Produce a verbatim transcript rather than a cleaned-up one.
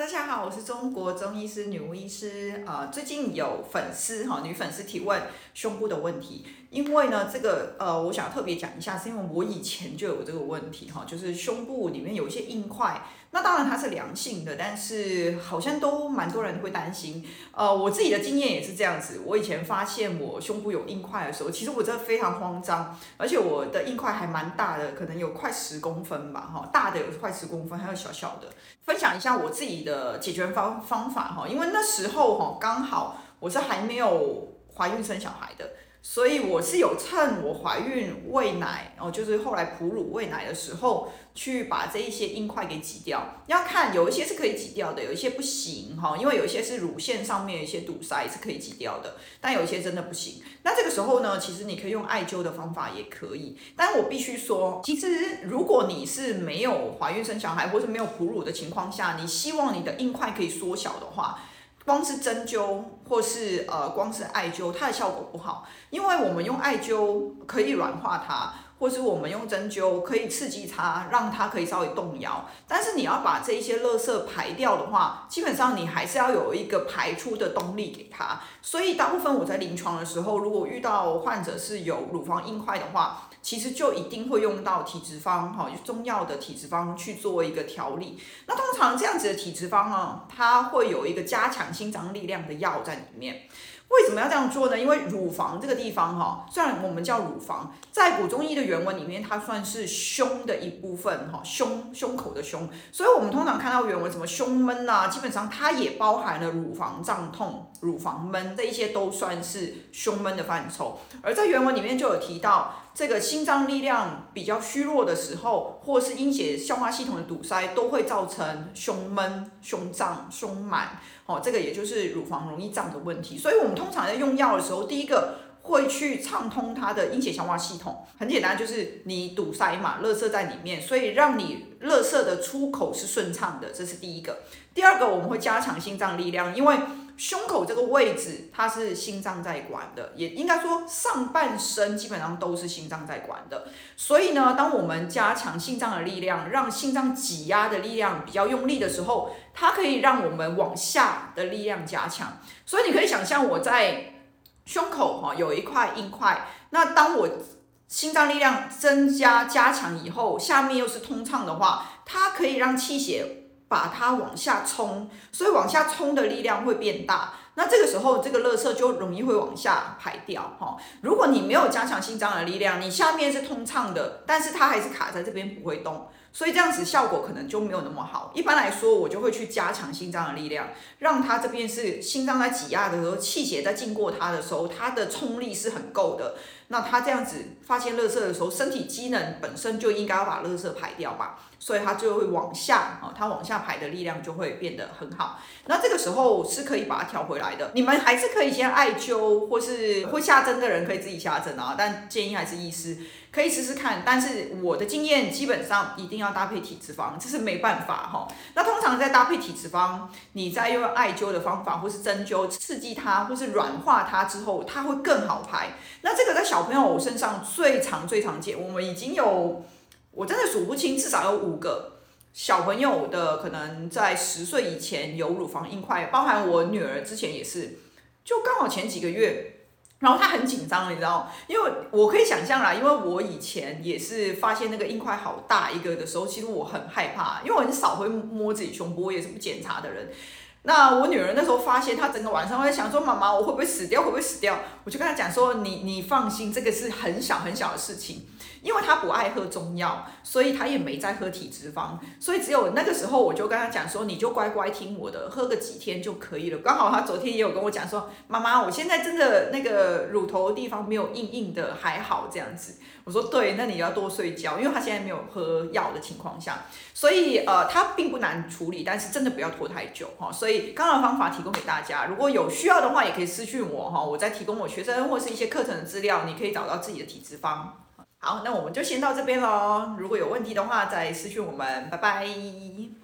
大家好，我是中国中医师女巫医师。呃，最近有粉丝哈，女粉丝提问胸部的问题，因为呢，这个呃，我想特别讲一下，是因为我以前就有这个问题哈，就是胸部里面有一些硬块。那当然它是良性的，但是好像都蛮多人会担心。呃，我自己的经验也是这样子。我以前发现我胸部有硬块的时候，其实我真的非常慌张，而且我的硬块还蛮大的，可能有快十公分吧，哈，大的有快十公分，还有小小的。分享一下我自己的解决方方法哈，因为那时候哈刚好我是还没有怀孕生小孩的。所以我是有趁我怀孕喂奶，哦，就是后来哺乳喂奶的时候，去把这一些硬块给挤掉。要看有一些是可以挤掉的，有一些不行哈，因为有一些是乳腺上面有一些堵塞是可以挤掉的，但有一些真的不行。那这个时候呢，其实你可以用艾灸的方法也可以。但我必须说，其实如果你是没有怀孕生小孩或是没有哺乳的情况下，你希望你的硬块可以缩小的话，光是针灸或是呃光是艾灸，它的效果不好，因为我们用艾灸可以软化它，或是我们用针灸可以刺激它，让它可以稍微动摇。但是你要把这一些垃圾排掉的话，基本上你还是要有一个排出的动力给它。所以大部分我在临床的时候，如果遇到患者是有乳房硬块的话，其实就一定会用到体质方哈，中药的体质方去做一个调理。那通常这样子的体质方啊，它会有一个加强心脏力量的药在里面。为什么要这样做呢？因为乳房这个地方哈，虽然我们叫乳房，在古中医的原文里面，它算是胸的一部分哈，胸胸口的胸，所以我们通常看到原文什么胸闷啊，基本上它也包含了乳房胀痛、乳房闷这一些都算是胸闷的范畴。而在原文里面就有提到，这个心脏力量比较虚弱的时候，或是阴血消化系统的堵塞，都会造成胸闷、胸胀、胸满。哦，这个也就是乳房容易胀的问题。所以我们通常在用药的时候，第一个会去畅通它的阴血消化系统。很简单，就是你堵塞嘛，垃圾在里面，所以让你垃圾的出口是顺畅的，这是第一个。第二个，我们会加强心脏力量，因为胸口这个位置它是心脏在管的，也应该说上半身基本上都是心脏在管的。所以呢，当我们加强心脏的力量，让心脏挤压的力量比较用力的时候，它可以让我们往下的力量加强。所以你可以想象我在胸口哈有一块硬块，那当我心脏力量增加加强以后，下面又是通畅的话，它可以让气血把它往下冲，所以往下冲的力量会变大。那这个时候，这个垃圾就容易会往下排掉哈。如果你没有加强心脏的力量，你下面是通畅的，但是它还是卡在这边不会动，所以这样子效果可能就没有那么好。一般来说，我就会去加强心脏的力量，让它这边是心脏在挤压的时候，气血在经过它的时候，它的冲力是很够的。那它这样子发现垃圾的时候，身体机能本身就应该要把垃圾排掉嘛，所以它就会往下，它往下排的力量就会变得很好。那这个时候是可以把它调回来的。你们还是可以先艾灸，或是会下针的人可以自己下针啊，但建议还是医师可以试试看。但是我的经验基本上一定要搭配体质方，这是没办法哈。那通常在搭配体质方，你在用艾灸的方法或是针灸刺激它，或是软化它之后，它会更好排。那这个在小朋友身上最常最常见，我们已经有我真的数不清，至少有五个。小朋友的可能在十岁以前有乳房硬块，包含我女儿之前也是，就刚好前几个月，然后她很紧张，你知道，因为我可以想象啦，因为我以前也是发现那个硬块好大一个的时候，其实我很害怕，因为我很少会摸自己胸部，我也是不检查的人。那我女儿那时候发现，她整个晚上会想说：“妈妈，我会不会死掉？会不会死掉？”我就跟她讲说：“你你放心，这个是很小很小的事情。”因为她不爱喝中药，所以她也没在喝体质方，所以只有那个时候我就跟她讲说：“你就乖乖听我的，喝个几天就可以了。”刚好她昨天也有跟我讲说：“妈妈，我现在真的那个乳头的地方没有硬硬的，还好这样子。”我说：“对，那你要多睡觉，因为她现在没有喝药的情况下，所以呃，它并不难处理，但是真的不要拖太久哈。所以刚刚的方法提供给大家，如果有需要的话，也可以私讯我哈，我再提供我学生或是一些课程的资料，你可以找到自己的体质方。好，那我们就先到这边咯，如果有问题的话，再私讯我们，拜拜。